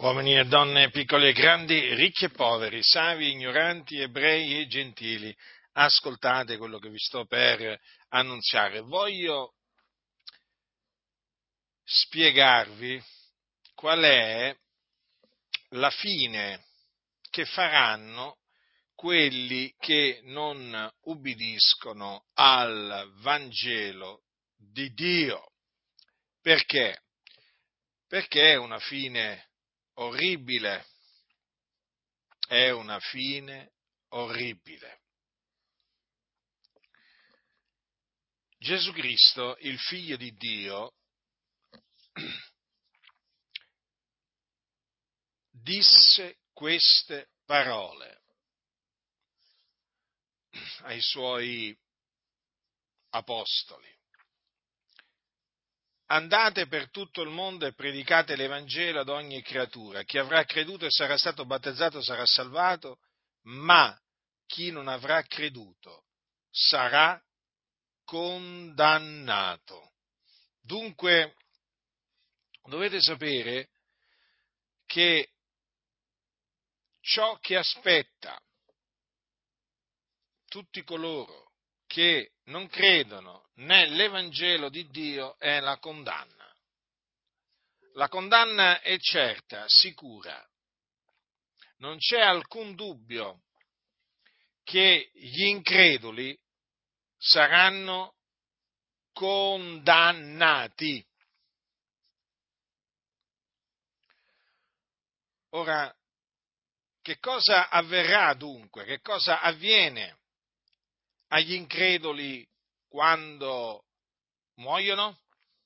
Uomini e donne, piccoli e grandi, ricchi e poveri, savi e ignoranti, ebrei e gentili, ascoltate quello che vi sto per annunziare. Voglio spiegarvi qual è la fine che faranno quelli che non ubbidiscono al Vangelo di Dio. Perché? Perché è una fine orribile. È una fine orribile. Gesù Cristo, il Figlio di Dio, disse queste parole ai suoi apostoli. Andate per tutto il mondo e predicate l'Evangelo ad ogni creatura. Chi avrà creduto e sarà stato battezzato sarà salvato, ma chi non avrà creduto sarà condannato. Dunque, dovete sapere che ciò che aspetta tutti coloro che non credono nell'Evangelo di Dio è la condanna. La condanna è certa, sicura. Non c'è alcun dubbio che gli increduli saranno condannati. Ora, che cosa avverrà dunque? Che cosa avviene agli increduli quando muoiono?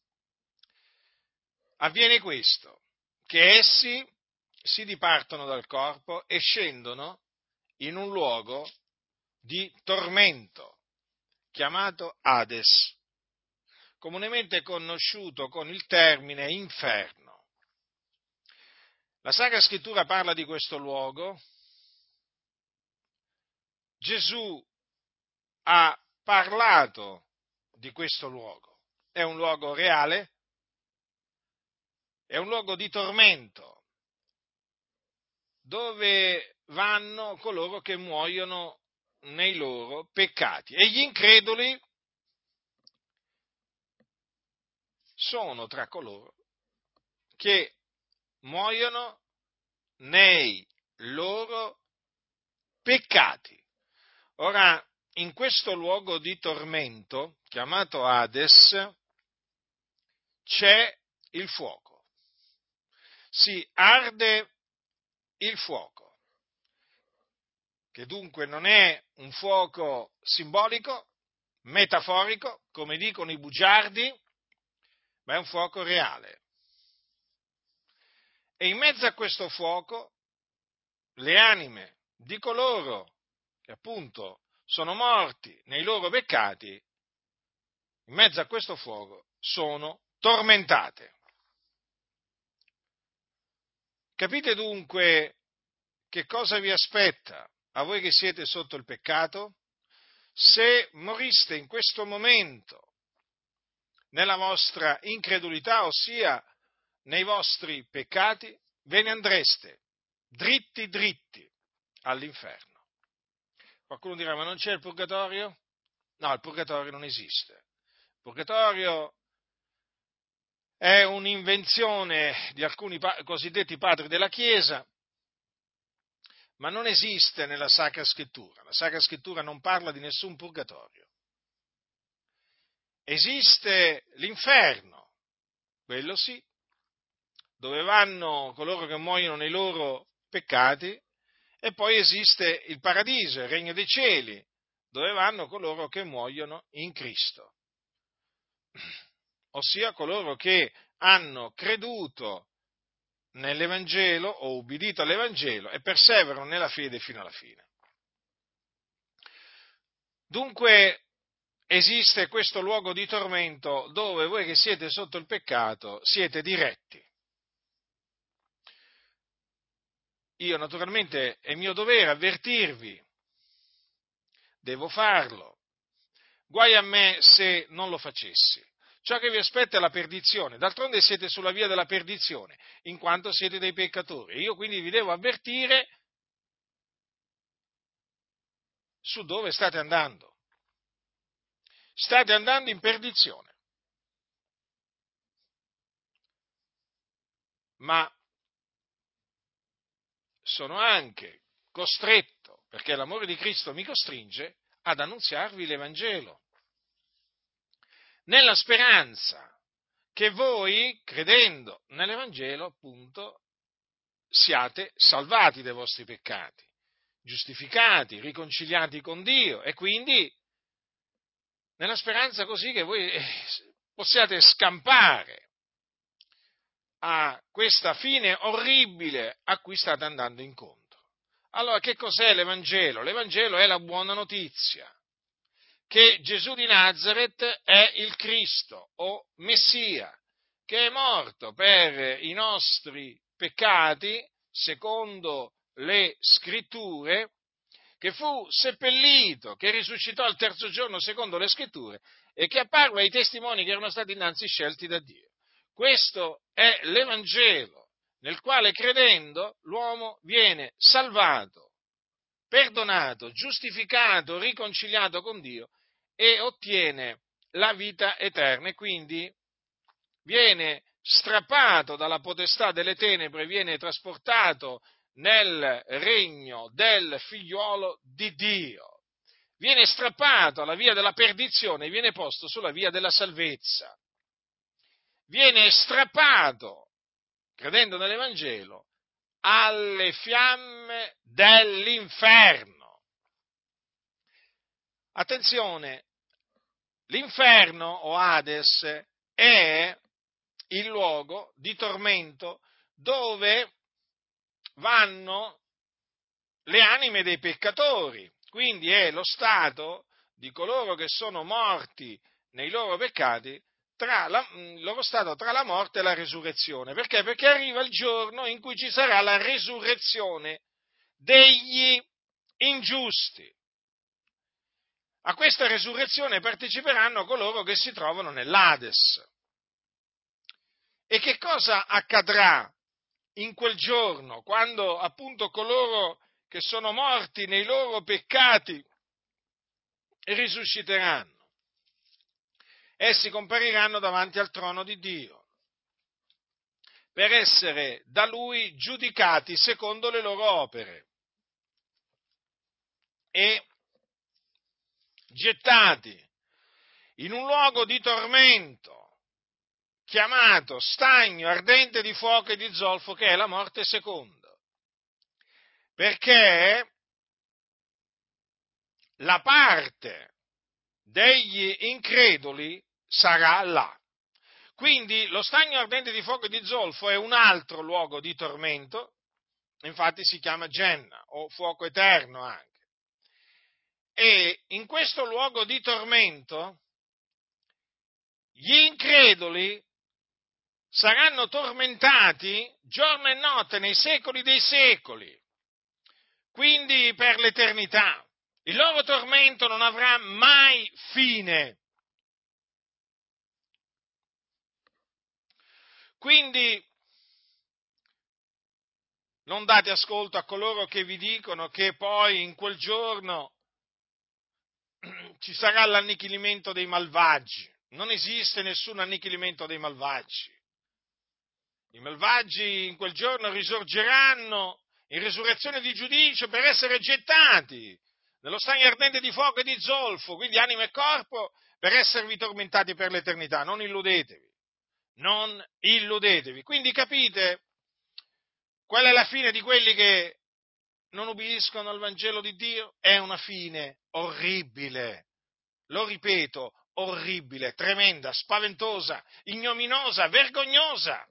Avviene questo, che essi si dipartono dal corpo e scendono in un luogo di tormento, chiamato Hades, comunemente conosciuto con il termine inferno. La Sacra Scrittura parla di questo luogo. Gesù ha parlato di questo luogo. È un luogo reale, è un luogo di tormento, dove vanno coloro che muoiono nei loro peccati. E gli increduli sono tra coloro che muoiono nei loro peccati. Ora, in questo luogo di tormento, chiamato Hades, c'è il fuoco. Si arde il fuoco, che dunque non è un fuoco simbolico, metaforico, come dicono i bugiardi, ma è un fuoco reale. E in mezzo a questo fuoco le anime di coloro che appunto sono morti nei loro peccati, in mezzo a questo fuoco sono tormentate. Capite dunque che cosa vi aspetta a voi che siete sotto il peccato? Se moriste in questo momento nella vostra incredulità, ossia nei vostri peccati, ve ne andreste dritti all'inferno. Qualcuno dirà, ma non c'è il purgatorio? No, il purgatorio non esiste. Il purgatorio è un'invenzione di alcuni cosiddetti padri della Chiesa, ma non esiste nella Sacra Scrittura. La Sacra Scrittura non parla di nessun purgatorio. Esiste l'inferno, quello sì, dove vanno coloro che muoiono nei loro peccati, e poi esiste il paradiso, il regno dei cieli, dove vanno coloro che muoiono in Cristo, ossia coloro che hanno creduto nell'Evangelo o ubbidito all'Evangelo e perseverano nella fede fino alla fine. Dunque esiste questo luogo di tormento dove voi che siete sotto il peccato siete diretti. Io naturalmente è mio dovere avvertirvi, devo farlo. Guai a me se non lo facessi. ciò che vi aspetta è la perdizione. D'altronde siete sulla via della perdizione, in quanto siete dei peccatori. Io quindi vi devo avvertire su dove state andando. State andando in perdizione. Ma sono anche costretto, perché l'amore di Cristo mi costringe, ad annunziarvi l'Evangelo, nella speranza che voi, credendo nell'Evangelo, appunto, siate salvati dai vostri peccati, giustificati, riconciliati con Dio e quindi nella speranza così che voi possiate scampare a questa fine orribile a cui state andando incontro. Allora, che cos'è l'Evangelo? L'Evangelo è la buona notizia che Gesù di Nazaret è il Cristo o Messia, che è morto per i nostri peccati, secondo le Scritture, che fu seppellito, che risuscitò al terzo giorno, secondo le Scritture, e che apparve ai testimoni che erano stati innanzi scelti da Dio. Questo è l'Evangelo, nel quale credendo l'uomo viene salvato, perdonato, giustificato, riconciliato con Dio e ottiene la vita eterna e quindi viene strappato dalla potestà delle tenebre, viene trasportato nel regno del figliuolo di Dio, viene strappato alla via della perdizione e viene posto sulla via della salvezza, viene strappato, credendo nell'Evangelo, alle fiamme dell'inferno. Attenzione, l'inferno o Hades è il luogo di tormento dove vanno le anime dei peccatori, quindi è lo stato di coloro che sono morti nei loro peccati, il loro stato tra la morte e la resurrezione. Perché? Perché arriva il giorno in cui ci sarà la resurrezione degli ingiusti. A questa resurrezione parteciperanno coloro che si trovano nell'Hades. E che cosa accadrà in quel giorno, quando appunto coloro che sono morti nei loro peccati risusciteranno? Essi compariranno davanti al trono di Dio per essere da Lui giudicati secondo le loro opere e gettati in un luogo di tormento chiamato stagno ardente di fuoco e di zolfo, che è la morte seconda. Perché la parte degli increduli sarà là. Quindi lo stagno ardente di fuoco e di zolfo è un altro luogo di tormento, infatti si chiama Genna o fuoco eterno anche. E in questo luogo di tormento gli increduli saranno tormentati giorno e notte nei secoli dei secoli, quindi per l'eternità. Il loro tormento non avrà mai fine. Quindi non date ascolto a coloro che vi dicono che poi in quel giorno ci sarà l'annichilimento dei malvagi. Non esiste nessun annichilimento dei malvagi. I malvagi in quel giorno risorgeranno in risurrezione di giudizio per essere gettati nello stagno ardente di fuoco e di zolfo, quindi anima e corpo, per esservi tormentati per l'eternità. Non illudetevi. Non illudetevi. Quindi capite qual è la fine di quelli che non ubbidiscono al Vangelo di Dio? È una fine orribile. Lo ripeto, orribile, tremenda, spaventosa, ignominiosa, vergognosa.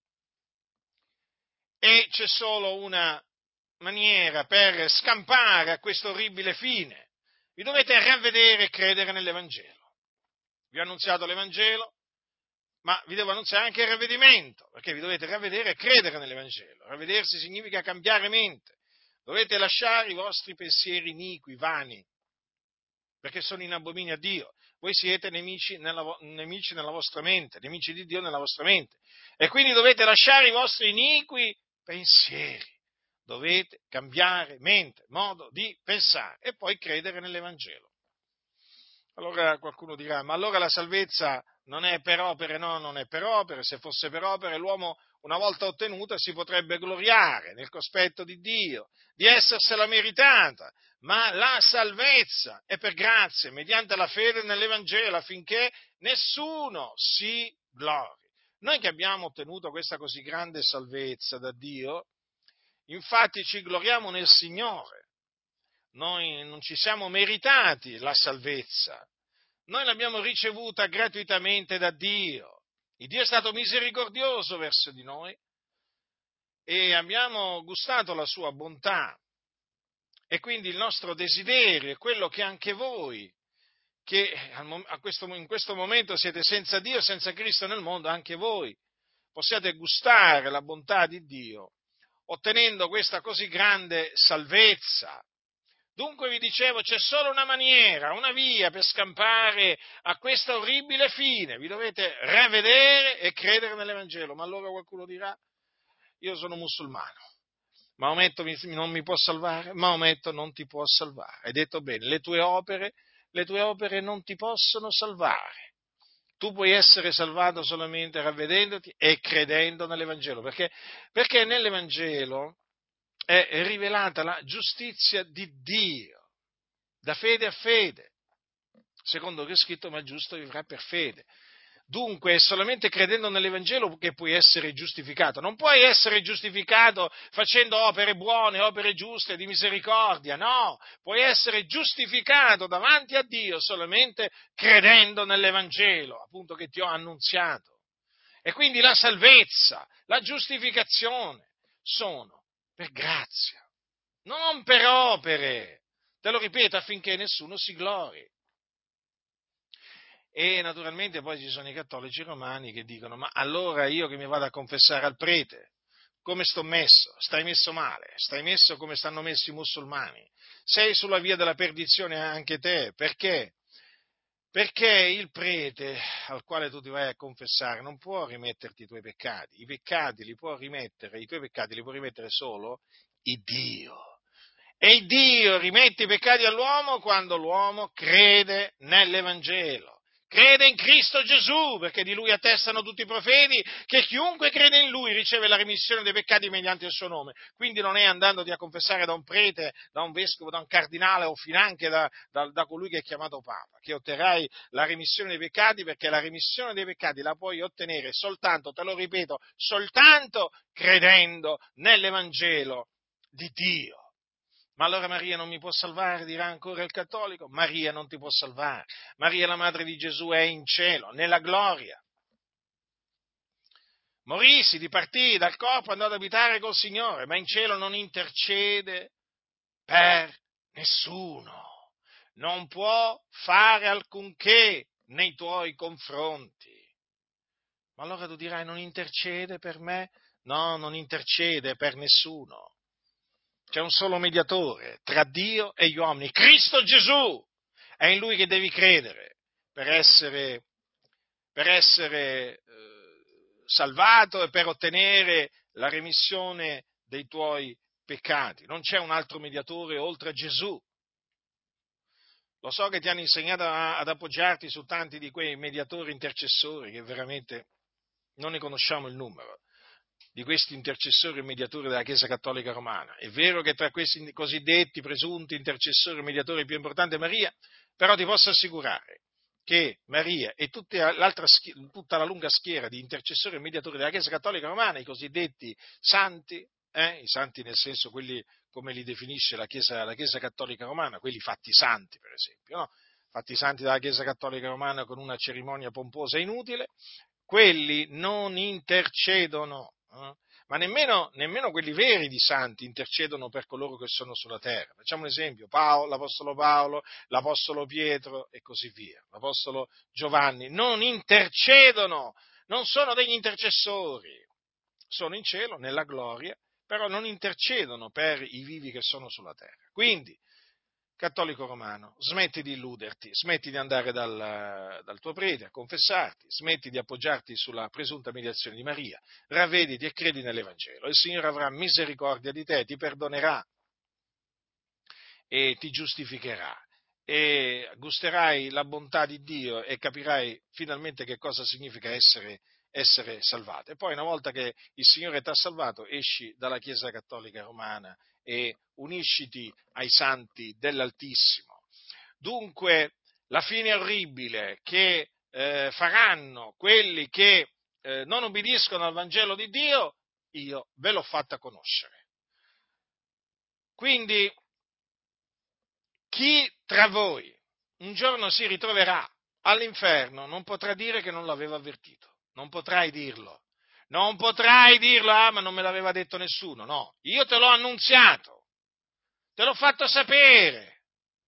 E c'è solo una maniera per scampare a questa orribile fine. Vi dovete ravvedere e credere nell'Evangelo. Vi ho annunziato l'Evangelo, ma vi devo annunziare anche il ravvedimento, perché vi dovete ravvedere e credere nell'Evangelo. Ravvedersi significa cambiare mente. Dovete lasciare i vostri pensieri iniqui, vani, perché sono in abominio a Dio. voi siete nemici nella vostra mente, nemici di Dio nella vostra mente. E quindi dovete lasciare i vostri iniqui pensieri, dovete cambiare mente, modo di pensare e poi credere nell'Evangelo. Allora qualcuno dirà, ma allora la salvezza non è per opere? No, non è per opere. Se fosse per opere, l'uomo una volta ottenuta si potrebbe gloriare nel cospetto di Dio, di essersela meritata, ma la salvezza è per grazia, mediante la fede nell'Evangelo, affinché nessuno si glori. Noi che abbiamo ottenuto questa così grande salvezza da Dio, infatti ci gloriamo nel Signore. Noi non ci siamo meritati la salvezza, noi l'abbiamo ricevuta gratuitamente da Dio. Il Dio è stato misericordioso verso di noi e abbiamo gustato la sua bontà. E quindi il nostro desiderio è quello che anche voi, che in questo momento siete senza Dio, senza Cristo nel mondo, anche voi possiate gustare la bontà di Dio, ottenendo questa così grande salvezza. Dunque vi dicevo, c'è solo una maniera, una via per scampare a questa orribile fine. Vi dovete ravvedere e credere nell'Evangelo. Ma allora qualcuno dirà, io sono musulmano, Maometto non mi può salvare? Maometto non ti può salvare. Hai detto bene, le tue opere non ti possono salvare. Tu puoi essere salvato solamente ravvedendoti e credendo nell'Evangelo, perché nell'Evangelo è rivelata la giustizia di Dio, da fede a fede, secondo che è scritto, ma il giusto vivrà per fede. Dunque è solamente credendo nell'Evangelo che puoi essere giustificato. Non puoi essere giustificato facendo opere buone, opere giuste, di misericordia, no. Puoi essere giustificato davanti a Dio solamente credendo nell'Evangelo, appunto, che ti ho annunziato. E quindi la salvezza, la giustificazione sono per grazia, non per opere. Te lo ripeto, affinché nessuno si glori. E naturalmente poi ci sono i cattolici romani che dicono, ma allora io che mi vado a confessare al prete, come sto messo? Stai messo male, stai messo come stanno messi i musulmani, sei sulla via della perdizione anche te, perché? Perché il prete al quale tu ti vai a confessare non può rimetterti i peccati li può rimettere, i tuoi peccati li può rimettere solo il Dio. E il Dio rimette i peccati all'uomo quando l'uomo crede nell'Evangelo. Crede in Cristo Gesù, perché di Lui attestano tutti i profeti che chiunque crede in Lui riceve la remissione dei peccati mediante il suo nome. Quindi non è andandoti a confessare da un prete, da un vescovo, da un cardinale o finanche da colui che è chiamato Papa, che otterrai la remissione dei peccati, perché la remissione dei peccati la puoi ottenere soltanto, te lo ripeto, soltanto credendo nell'Evangelo di Dio. Ma allora Maria non mi può salvare, dirà ancora il cattolico? Maria non ti può salvare. Maria, la madre di Gesù, è in cielo, nella gloria. Morì, si dipartì dal corpo, andò ad abitare col Signore, ma in cielo non intercede per nessuno. Non può fare alcunché nei tuoi confronti. Ma allora tu dirai, non intercede per me? No, non intercede per nessuno. C'è un solo mediatore tra Dio e gli uomini, Cristo Gesù. È in Lui che devi credere per essere salvato e per ottenere la remissione dei tuoi peccati. Non c'è un altro mediatore oltre a Gesù. Lo so che ti hanno insegnato ad appoggiarti su tanti di quei mediatori intercessori che veramente non ne conosciamo il numero, di questi intercessori e mediatori della Chiesa Cattolica Romana. È vero che tra questi cosiddetti presunti intercessori e mediatori più importante è Maria, però ti posso assicurare che Maria e tutta la lunga schiera di intercessori e mediatori della Chiesa Cattolica Romana, i cosiddetti santi, i santi nel senso quelli come li definisce la Chiesa Cattolica Romana, quelli fatti santi per esempio, no? Fatti santi dalla Chiesa Cattolica Romana con una cerimonia pomposa e inutile, quelli non intercedono, ma nemmeno quelli veri di santi intercedono per coloro che sono sulla terra. Facciamo un esempio, l'Apostolo Paolo, l'Apostolo Pietro e così via, l'Apostolo Giovanni, non intercedono, non sono degli intercessori, sono in cielo, nella gloria, però non intercedono per i vivi che sono sulla terra. Quindi, cattolico romano, smetti di illuderti, smetti di andare dal tuo prete a confessarti, smetti di appoggiarti sulla presunta mediazione di Maria, ravvediti e credi nell'Evangelo. Il Signore avrà misericordia di te, ti perdonerà e ti giustificherà e gusterai la bontà di Dio e capirai finalmente che cosa significa essere salvato. E poi una volta che il Signore ti ha salvato, esci dalla Chiesa Cattolica Romana e unisciti ai santi dell'Altissimo. Dunque, la fine orribile che faranno quelli che non obbediscono al Vangelo di Dio, io ve l'ho fatta conoscere. Quindi, chi tra voi un giorno si ritroverà all'inferno non potrà dire che non l'aveva avvertito, non potrai dirlo. Non potrai dirlo, ma non me l'aveva detto nessuno. No, io te l'ho annunziato, te l'ho fatto sapere,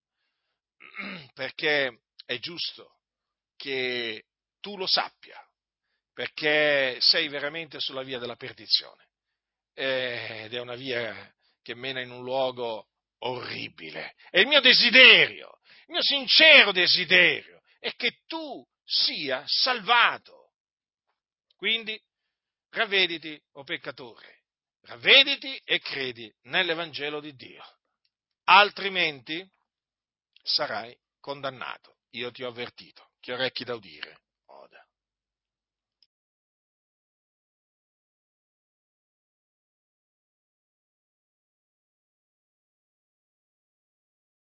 perché è giusto che tu lo sappia, perché sei veramente sulla via della perdizione. Ed è una via che mena in un luogo orribile. E il mio sincero desiderio, è che tu sia salvato. Quindi, ravvediti, o peccatore, ravvediti e credi nell'Evangelo di Dio, altrimenti sarai condannato. Io ti ho avvertito, chi ha orecchi da udire